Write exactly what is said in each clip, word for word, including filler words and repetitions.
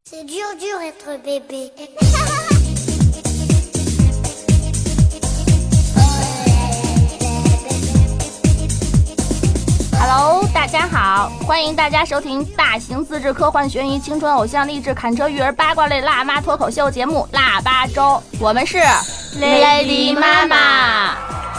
C'est dur dur être bébé. Hello， 大家好，欢迎大家收听大型自制科幻悬疑青春偶像励志砍车育儿八卦类辣妈脱口秀节目《腊八粥》，我们是 Lady 妈妈。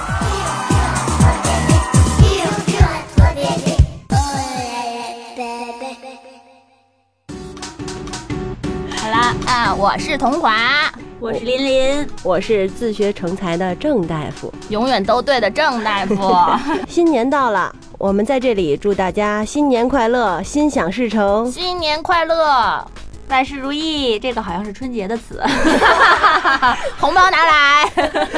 好啦，啊，我是童华， 我是琳琳，我是自学成才的郑大夫， 永远都对的郑大夫。 新年到了，我们在这里祝大家新年快乐，心想事成， 新年快乐， 万事如意。这个好像是春节的词。 红包拿来。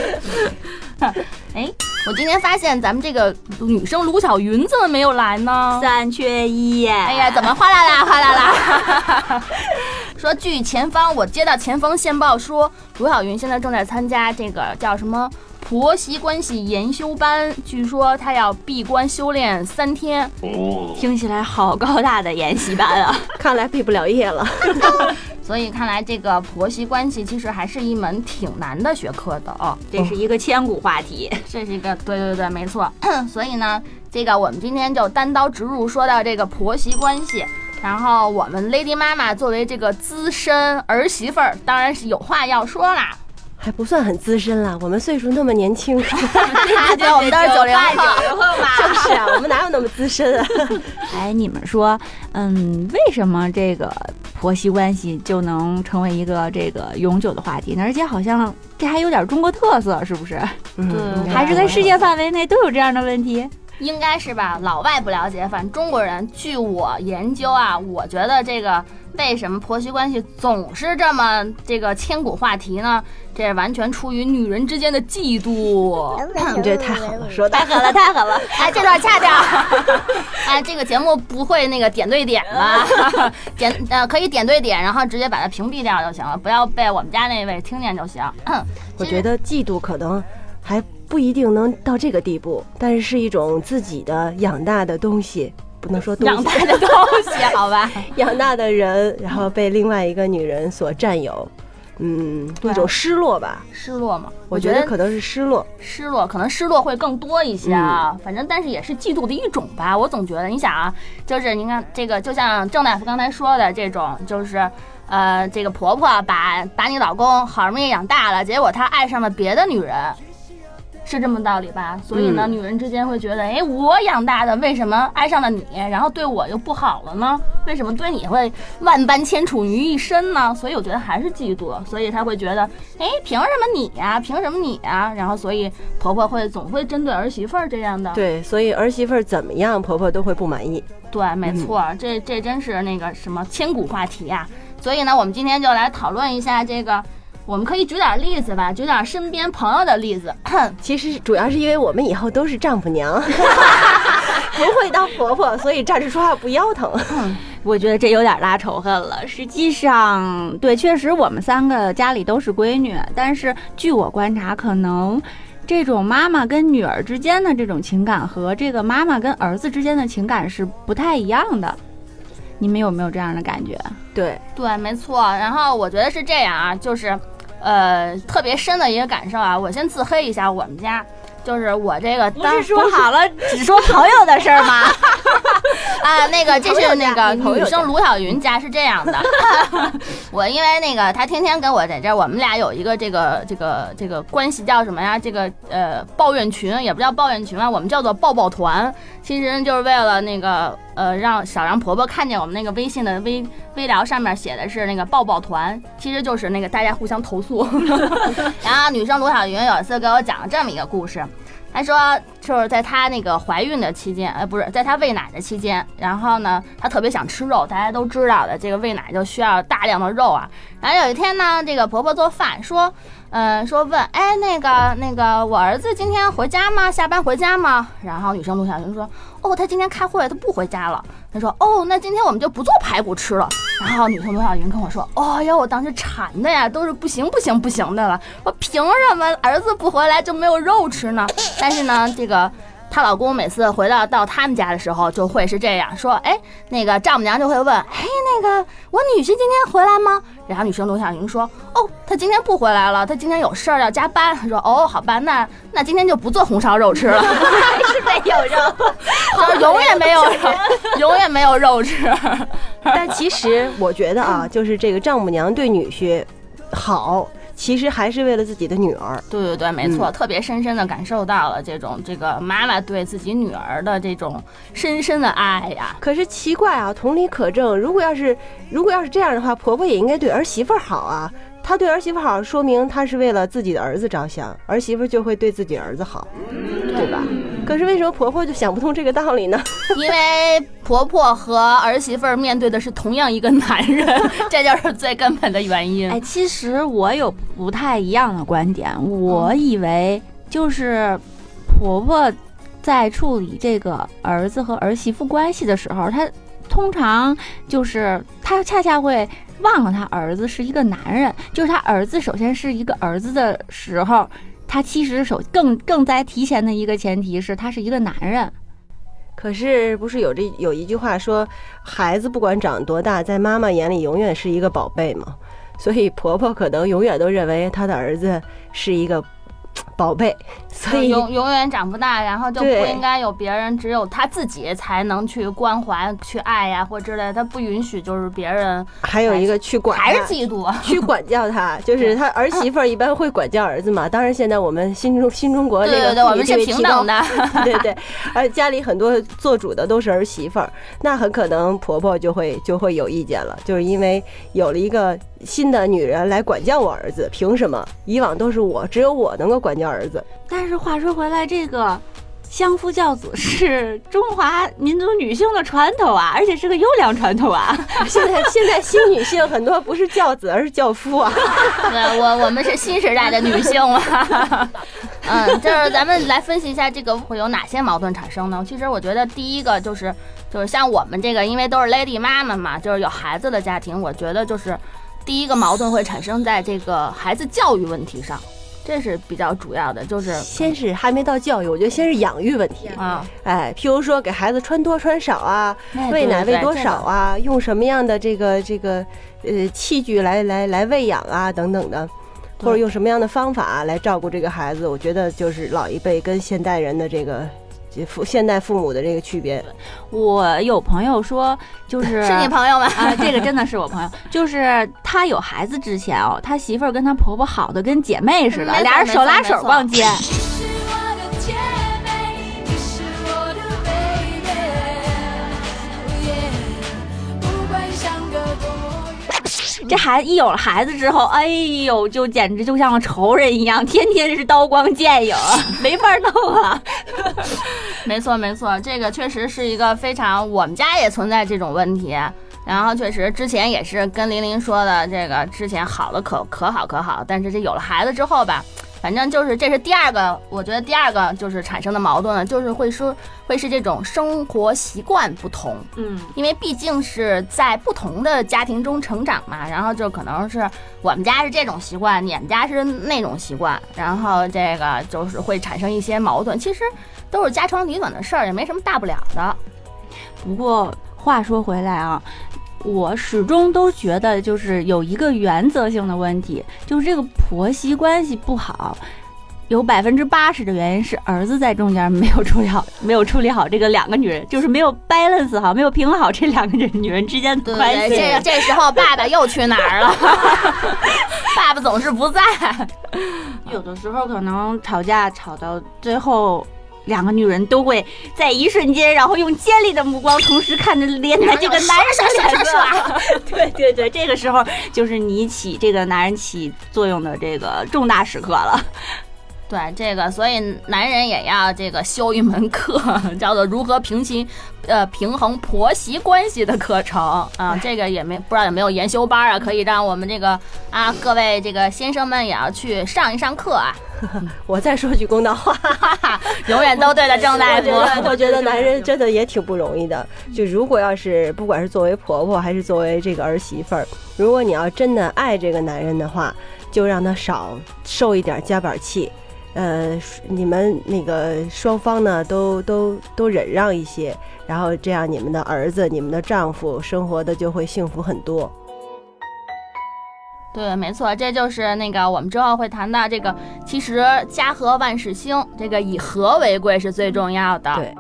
哎，我今天发现咱们这个女生卢巧云怎么没有来呢？ 三缺一耶！ 哎呀，怎么哗啦啦哗啦啦？说据前方，我接到前锋线报说，卢巧云现在正在参加这个叫什么婆媳关系研修班，据说她要闭关修炼三天。 哦，听起来好高大的研习班啊！ 看来毕不了业了。 所以看来这个婆媳关系其实还是一门挺难的学科的哦， 这是一个千古话题， 这是一个对对对没错。所以呢，这个我们今天就单刀直入说到这个婆媳关系。然后我们 Lady 妈妈作为这个资深儿媳妇儿，当然是有话要说啦。 还不算很资深了，我们岁数那么年轻。 对，我们都是九零后嘛。就是啊，我们哪有那么资深啊？ 哎，你们说，嗯，为什么这个婆媳关系就能成为一个这个永久的话题呢？而且好像这还有点中国特色，是不是？ 嗯，对， 还是在世界范围内都有这样的问题。 应该是吧，老外不了解，反正中国人，据我研究啊，我觉得这个为什么婆媳关系总是这么这个千古话题呢？这完全出于女人之间的嫉妒。 你这太狠了，说太狠了，太狠了！ 哎，这段掐掉。哎，这个节目不会那个点对点吧？点呃可以点对点，然后直接把它屏蔽掉就行了，不要被我们家那位听见就行。 我觉得嫉妒可能还不一定能到这个地步，但是是一种自己的养大的东西，不能说东西养大的东西，好吧？ 养大的人，然后被另外一个女人所占有，嗯，一种失落吧？ 失落嘛， 我觉得可能是失落， 失落可能失落会更多一些啊。嗯、反正但是也是嫉妒的一种吧。我总觉得，你想啊，就是你看这个，就像郑大夫刚才说的这种，就是。呃，这个婆婆把把你老公好不容易养大了，结果她爱上了别的女人，是这么道理吧？所以呢，嗯、女人之间会觉得，哎，我养大的为什么爱上了你，然后对我又不好了呢？为什么对你会万般牵杵于一身呢？所以我觉得还是嫉妒，所以她会觉得，哎，凭什么你呀、啊？凭什么你呀、啊？然后所以婆婆会总会针对儿媳妇儿这样的。 对，所以儿媳妇儿怎么样，婆婆都会不满意。 对，没错，嗯、这这真是那个什么千古话题呀、啊。所以呢，我们今天就来讨论一下这个，我们可以举点例子吧，举点身边朋友的例子。 其实主要是因为我们以后都是丈母娘，不会当婆婆，所以站着说话不腰疼。 我觉得这有点拉仇恨了。实际上，对，确实我们三个家里都是闺女，但是据我观察，可能这种妈妈跟女儿之间的这种情感和这个妈妈跟儿子之间的情感是不太一样的。你们有没有这样的感觉？ 对对，没错。然后我觉得是这样啊，就是呃特别深的一个感受啊。我先自黑一下我们家，就是我这个不是说好了只说朋友的事儿吗？ 啊，那个这是那个女生卢巧云家是这样的。我因为那个她天天跟我在这儿，我们俩有一个这个这个这个关系叫什么呀？这个呃抱怨群也不叫抱怨群啊，我们叫做抱抱团。其实就是为了那个呃让少让婆婆看见我们那个微信的微微聊上面写的是那个抱抱团，其实就是那个大家互相投诉。然后女生卢巧云有一次给我讲了这么一个故事。他说，就是在她那个怀孕的期间，呃，不是在她喂奶的期间，然后呢，她特别想吃肉，大家都知道的，这个喂奶就需要大量的肉啊。然后有一天呢，这个婆婆做饭说，嗯、呃，说问，哎，那个那个，我儿子今天回家吗？下班回家吗？然后女生卢巧云说，哦，他今天开会，他不回家了。他说，哦，那今天我们就不做排骨吃了。然后女生卢巧云跟我说，哦呀，我当时馋的呀，都是不行不行不行的了。我凭什么儿子不回来就没有肉吃呢？但是呢，这个她老公每次回到到他们家的时候，就会是这样说：“哎，那个丈母娘就会问，哎，那个我女婿今天回来吗？”然后女生卢晓云说：“哦，他今天不回来了，他今天有事儿要加班。”她说：“哦，好吧，那那今天就不做红烧肉吃了， 还是得有肉， 就是永远没有肉，永远没有肉吃。” 但其实我觉得啊，就是这个丈母娘对女婿好，其实还是为了自己的女儿。 对对对，没错， 嗯、 特别深深的感受到了这种这个妈妈对自己女儿的这种深深的爱呀。 可是奇怪啊，同理可证，如果要是如果要是这样的话，婆婆也应该对儿媳妇好啊。她对儿媳妇好，说明她是为了自己的儿子着想，儿媳妇就会对自己儿子好，对吧？可是为什么婆婆就想不通这个道理呢？ 因为婆婆和儿媳妇面对的是同样一个男人，这就是最根本的原因。 哎，其实我有不太一样的观点，我以为就是婆婆在处理这个儿子和儿媳妇关系的时候，她通常就是她恰恰会忘了他儿子是一个男人，就是他儿子首先是一个儿子的时候，他其实首更更在提前的一个前提是他是一个男人。 可是不是有这有一句话说，孩子不管长多大，在妈妈眼里永远是一个宝贝嘛？所以婆婆可能永远都认为她的儿子是一个宝贝，所以永永远长不大，然后就不应该有别人，只有他自己才能去关怀、去爱呀，或之类的，他不允许就是别人。 还有一个去管， 还是嫉妒， 去管教他，就是他儿媳妇一般会管教儿子嘛。当然，现在我们新中新中国这个对对对，我们是平等的， 对对，而家里很多做主的都是儿媳妇儿，那很可能婆婆就会就会有意见了，就是因为有了一个新的女人来管教我儿子，凭什么？以往都是我，只有我能够管教儿子。 但是话说回来，这个相夫教子是中华民族女性的传统啊，而且是个优良传统啊。 现在现在新女性很多不是教子，而是教夫啊。 对，我我们是新时代的女性了。嗯，就是咱们来分析一下这个会有哪些矛盾产生呢？其实我觉得第一个就是就是像我们这个，因为都是 lady 妈妈嘛，就是有孩子的家庭，我觉得就是第一个矛盾会产生在这个孩子教育问题上。这是比较主要的，就是先是还没到教育，我觉得先是养育问题啊。 哎，譬如说给孩子穿多穿少啊， 哎、 喂奶喂多少啊， 对对对， 用什么样的这个这个呃器具来来来喂养啊等等的，或者用什么样的方法来照顾这个孩子，我觉得就是老一辈跟现代人的这个。父现代父母的这个区别， 我有朋友说，就是是你朋友吗？ 啊，这个真的是我朋友，就是他有孩子之前哦，他媳妇儿跟他婆婆好的跟姐妹似的，俩人手拉手逛街。这孩子一有了孩子之后，哎呦，就简直就像仇人一样，天天是刀光剑影，没法弄啊。 没错没错，这个确实是一个非常，我们家也存在这种问题。然后确实之前也是跟琳琳说的，这个之前好了可可好可好，但是这有了孩子之后吧，反正就是这是第二个，我觉得第二个就是产生的矛盾呢，就是会说会是这种生活习惯不同， 嗯， 因为毕竟是在不同的家庭中成长嘛，然后就可能是我们家是这种习惯，你们家是那种习惯，然后这个就是会产生一些矛盾，其实都是家长里短的事儿，也没什么大不了的。 不过话说回来啊，我始终都觉得就是有一个原则性的问题，就是这个婆媳关系不好，有百分之八十的原因是儿子在中间没有处理好，没有处理好这个两个女人，就是没有 balance 好，没有平衡好这两个人女人之间的关系。 对对，这这时候爸爸又去哪儿了？爸爸总是不在。 有的时候可能吵架吵到最后，两个女人都会在一瞬间，然后用尖利的目光同时看着连着这个男人的脸色。对对对，这个时候就是你起这个男人起作用的这个重大时刻了。 对这个，所以男人也要这个修一门课，叫做如何平行呃平衡婆媳关系的课程啊。这个也没不知道有没有研修班啊，可以让我们这个啊各位这个先生们也要去上一上课啊。 我再说句公道话， 永远都对的郑大夫。 我, 我觉得男人真的也挺不容易的。就如果要是不管是作为婆婆还是作为这个儿媳妇儿，如果你要真的爱这个男人的话，就让他少受一点夹板气。 呃，你们那个双方呢都都都忍让一些，然后这样你们的儿子、你们的丈夫生活的就会幸福很多。 对，没错，这就是那个我们之后会谈到这个，其实家和万事兴，这个以和为贵是最重要的。 对，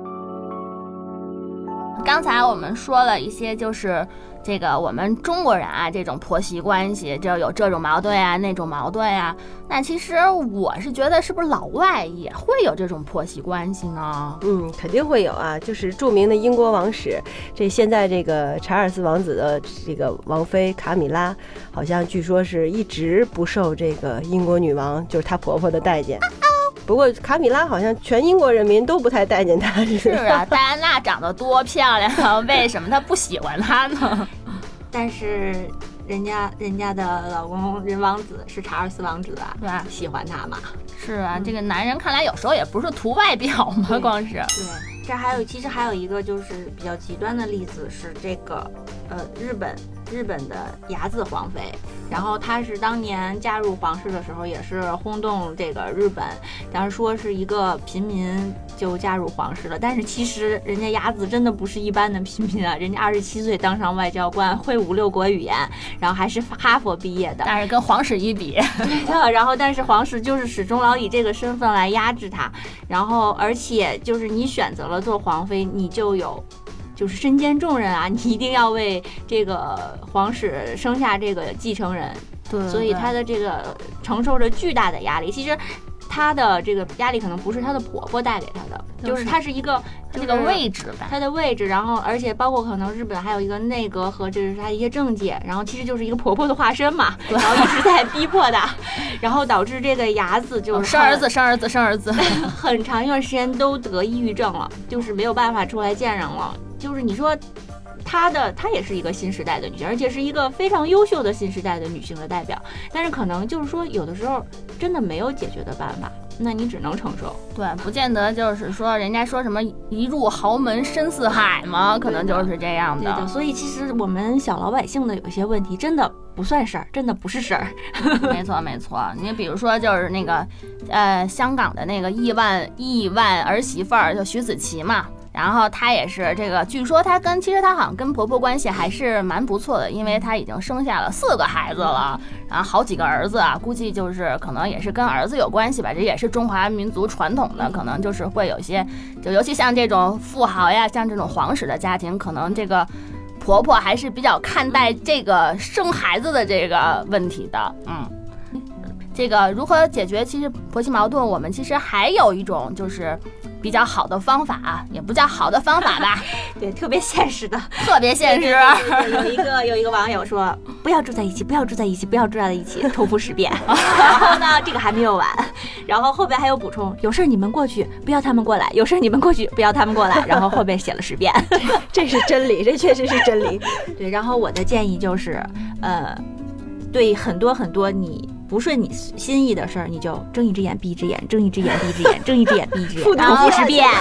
刚才我们说了一些，就是这个我们中国人啊，这种婆媳关系就有这种矛盾啊，那种矛盾啊。那其实我是觉得，是不是老外也会有这种婆媳关系呢？ 嗯，肯定会有啊。就是著名的英国王室，这现在这个查尔斯王子的这个王妃卡米拉，好像据说是一直不受这个英国女王，就是她婆婆的待见。不过卡米拉好像全英国人民都不太待见她。 是啊，戴安娜长得多漂亮，为什么她不喜欢她呢？ 但是人家人家的老公人王子是查尔斯王子啊， 对吧？ 喜欢他嘛。 是啊，这个男人看来有时候也不是图外表嘛，光是。 对，这还有其实还有一个就是比较极端的例子是这个呃日本日本的雅子皇妃，然后她是当年加入皇室的时候也是轰动这个日本，当时说是一个平民就加入皇室了，但是其实人家雅子真的不是一般的平民啊，人家二十七岁当上外交官，会五六国语言，然后还是哈佛毕业的， 但是跟皇室一比， 对的，然后但是皇室就是始终老以这个身份来压制他，然后而且就是你选择了做皇妃，你就有就是身兼重任啊，你一定要为这个皇室生下这个继承人， 对， 所以她的这个承受着巨大的压力。其实她的这个压力可能不是她的婆婆带给她的，就是她是一个这个位置吧， 她的位置，然后而且包括可能日本还有一个内阁和这是她一些政界，然后其实就是一个婆婆的化身嘛，然后一直在逼迫她，然后导致这个雅子就是、哦、 生儿子生儿子生儿子， 很长一段时间都得抑郁症了，就是没有办法出来见人了。就是你说她的她也是一个新时代的女性，而且是一个非常优秀的新时代的女性的代表，但是可能就是说有的时候真的没有解决的办法，那你只能承受。 对，不见得就是说人家说什么一入豪门深似海嘛，可能就是这样的。 对的，所以其实我们小老百姓的有些问题真的不算事儿，真的不是事儿。 没错没错，你比如说就是那个呃香港的那个亿万亿万儿媳妇儿，就徐子淇嘛。然后她也是这个，据说她跟其实她好像跟婆婆关系还是蛮不错的，因为她已经生下了四个孩子了，然后好几个儿子啊，估计就是可能也是跟儿子有关系吧，这也是中华民族传统的，可能就是会有些，就尤其像这种富豪呀，像这种皇室的家庭，可能这个婆婆还是比较看待这个生孩子的这个问题的，嗯。这个如何解决其实婆媳矛盾，我们其实还有一种就是比较好的方法，也不叫好的方法吧， 对，特别现实的， 特别现实。 对对对对，有一个有一个网友说，不要住在一起，不要住在一起，不要住在一起，重复十遍。然后呢，这个还没有完，然后后边还有补充，有事你们过去，不要他们过来；有事你们过去，不要他们过来。然后后边写了十遍， 这是真理，这确实是真理。 对，然后我的建议就是，呃，对很多很多你不顺你心意的事儿，你就睁一只眼闭一只眼，睁一只眼闭一只眼，睁一只眼闭一只眼，重复十遍。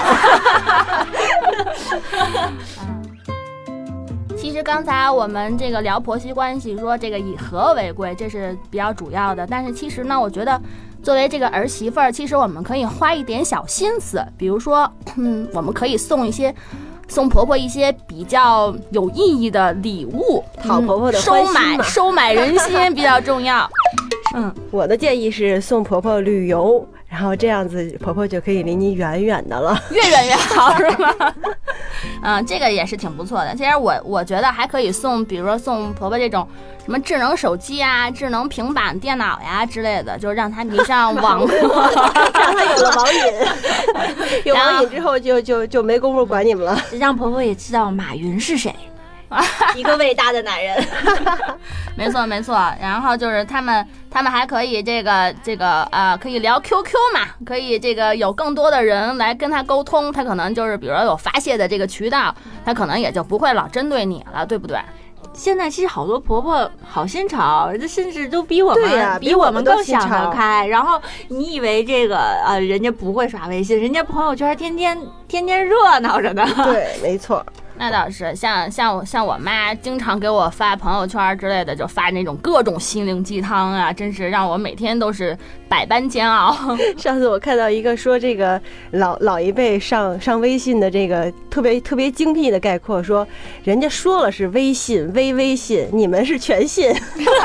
其实刚才我们这个聊婆媳关系，说这个以和为贵，这是比较主要的。但是其实呢，我觉得作为这个儿媳妇儿，其实我们可以花一点小心思，比如说，嗯，我们可以送一些。送婆婆一些比较有意义的礼物， 讨婆婆的收买收买人心比较重要。 嗯，我的建议是送婆婆旅游，然后这样子婆婆就可以离你远远的了， 越远越好，是吗？嗯，这个也是挺不错的。其实我我觉得还可以送，比如说送婆婆这种什么智能手机啊、智能平板电脑呀之类的，就让她迷上网络， 让她有了网瘾，有网瘾之后就就就没工夫管你们了。 让婆婆也知道马云是谁。一个伟大的男人。 没错没错，然后就是他们他们还可以这个这个呃可以聊 Q Q 嘛，可以这个有更多的人来跟他沟通，他可能就是比如说有发泄的这个渠道，他可能也就不会老针对你了，对不对？ 现在其实好多婆婆好心肠，甚至都比我们、 啊、 比我们更想得开。然后你以为这个呃人家不会刷微信，人家朋友圈天天天天热闹着呢。 对，没错。 那倒是，像像我像我妈经常给我发朋友圈之类的，就发那种各种心灵鸡汤啊，真是让我每天都是百般煎熬。 上次我看到一个说这个老老一辈上上微信的这个特别特别精辟的概括，说人家说了是微信微微信，你们是全信。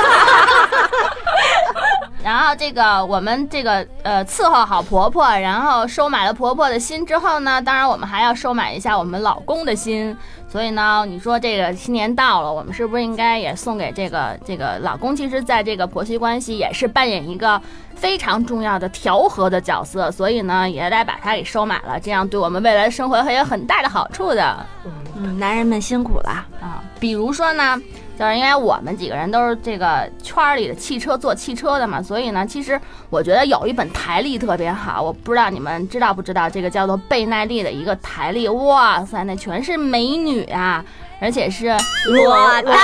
然后这个我们这个呃伺候好婆婆，然后收买了婆婆的心之后呢，当然我们还要收买一下我们老公的心。所以呢，你说这个新年到了，我们是不是应该也送给这个这个老公？其实在这个婆媳关系也是扮演一个非常重要的调和的角色，所以呢也得把它给收买了，这样对我们未来的生活还有很大的好处的。 嗯，男人们辛苦了啊！比如说呢，就是因为我们几个人都是这个圈里的汽车做汽车的嘛，所以呢，其实我觉得有一本台历特别好，我不知道你们知道不知道，这个叫做倍耐力的一个台历，哇塞，那全是美女啊，而且是裸的，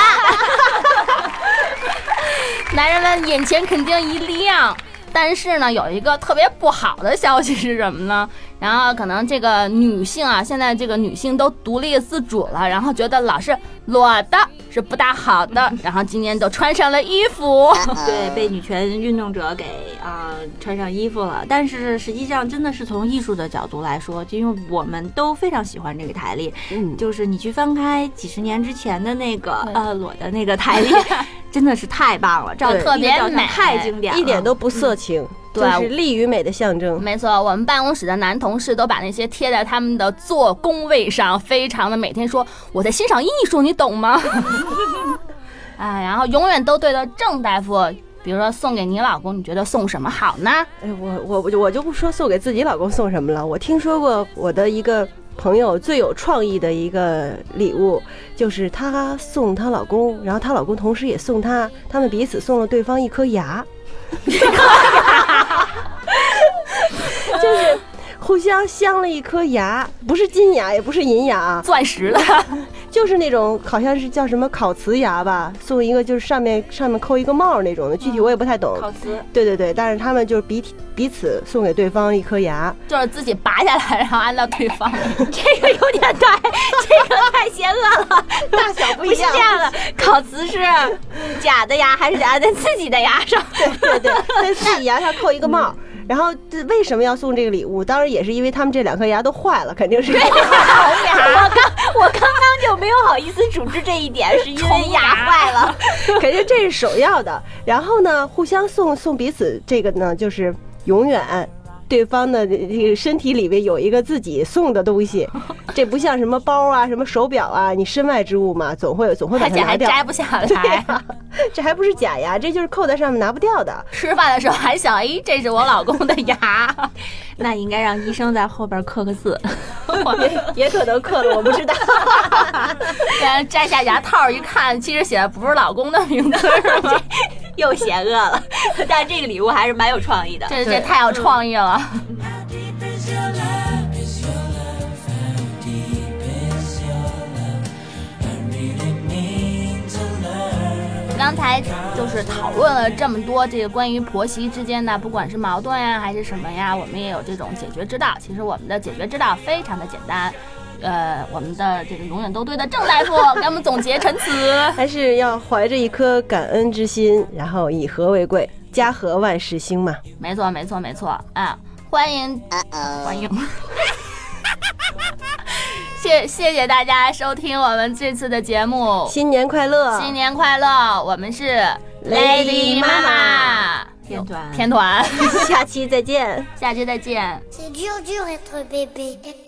男人们眼前肯定一亮。但是呢，有一个特别不好的消息是什么呢？然后可能这个女性啊，现在这个女性都独立自主了，然后觉得老是裸的是不大好的，然后今年都穿上了衣服， 对，被女权运动者给啊、呃、穿上衣服了。但是实际上真的是从艺术的角度来说，就因为我们都非常喜欢这个台历，嗯，就是你去翻开几十年之前的那个呃裸的那个台历，真的是太棒了，照特别美， 太经典了， 一点都不色情。嗯，就是力与美的象征。 没错，我们办公室的男同事都把那些贴在他们的座工位上，非常的每天说我在欣赏艺术，你懂吗？哎，然后永远都对着郑大夫，比如说送给你老公，你觉得送什么好呢？ 哎，我我我就不说送给自己老公送什么了。我听说过我的一个朋友最有创意的一个礼物，就是她送她老公，然后她老公同时也送她，他们彼此送了对方一颗牙。就是互相镶了一颗牙，不是金牙也不是银牙， 钻石的， 就是那种好像是叫什么烤瓷牙吧，送一个就是上面上面扣一个帽那种的，具体我也不太懂。 烤瓷， 对对对，但是他们就是彼彼此送给对方一颗牙， 就是自己拔下来然后安到对方。 这个有点太，这个太邪恶了， 大小不一样。 不是这样的，烤瓷是假的牙还是安在自己的牙上？ 对对对，在自己牙上扣一个帽。然后这为什么要送这个礼物？当然也是因为他们这两颗牙都坏了，肯定是。 我刚我刚刚就没有好意思主持这一点，是因为牙坏了， 肯定这是首要的。然后呢，互相送送彼此这个呢，就是永远对方的这个身体里面有一个自己送的东西，这不像什么包啊、什么手表啊，你身外之物嘛，总会总会把它拿掉， 还摘不下来。 对啊，这还不是假牙，这就是扣在上面拿不掉的。 吃饭的时候还想，哎，这是我老公的牙， 那应该让医生在后边刻个字， 也也可能刻了，我不知道。 摘下牙套一看，其实写的不是老公的名字，是吗？ 又邪恶了，但这个礼物还是蛮有创意的， 这这太有创意了。刚才就是讨论了这么多这个关于婆媳之间的，不管是矛盾呀还是什么呀，我们也有这种解决之道。其实我们的解决之道非常的简单。呃，我们的这个永远都对的郑大夫给我们总结陈词， 还是要怀着一颗感恩之心，然后以和为贵，家和万事兴嘛。 没错，没错，没错啊！欢迎，欢迎，谢谢谢大家收听我们这次的节目， 新年快乐， 新年快乐！我们是 Lady 妈妈天团， 天团， 下期再见， 下期再见。 C'est dur dur être bébé.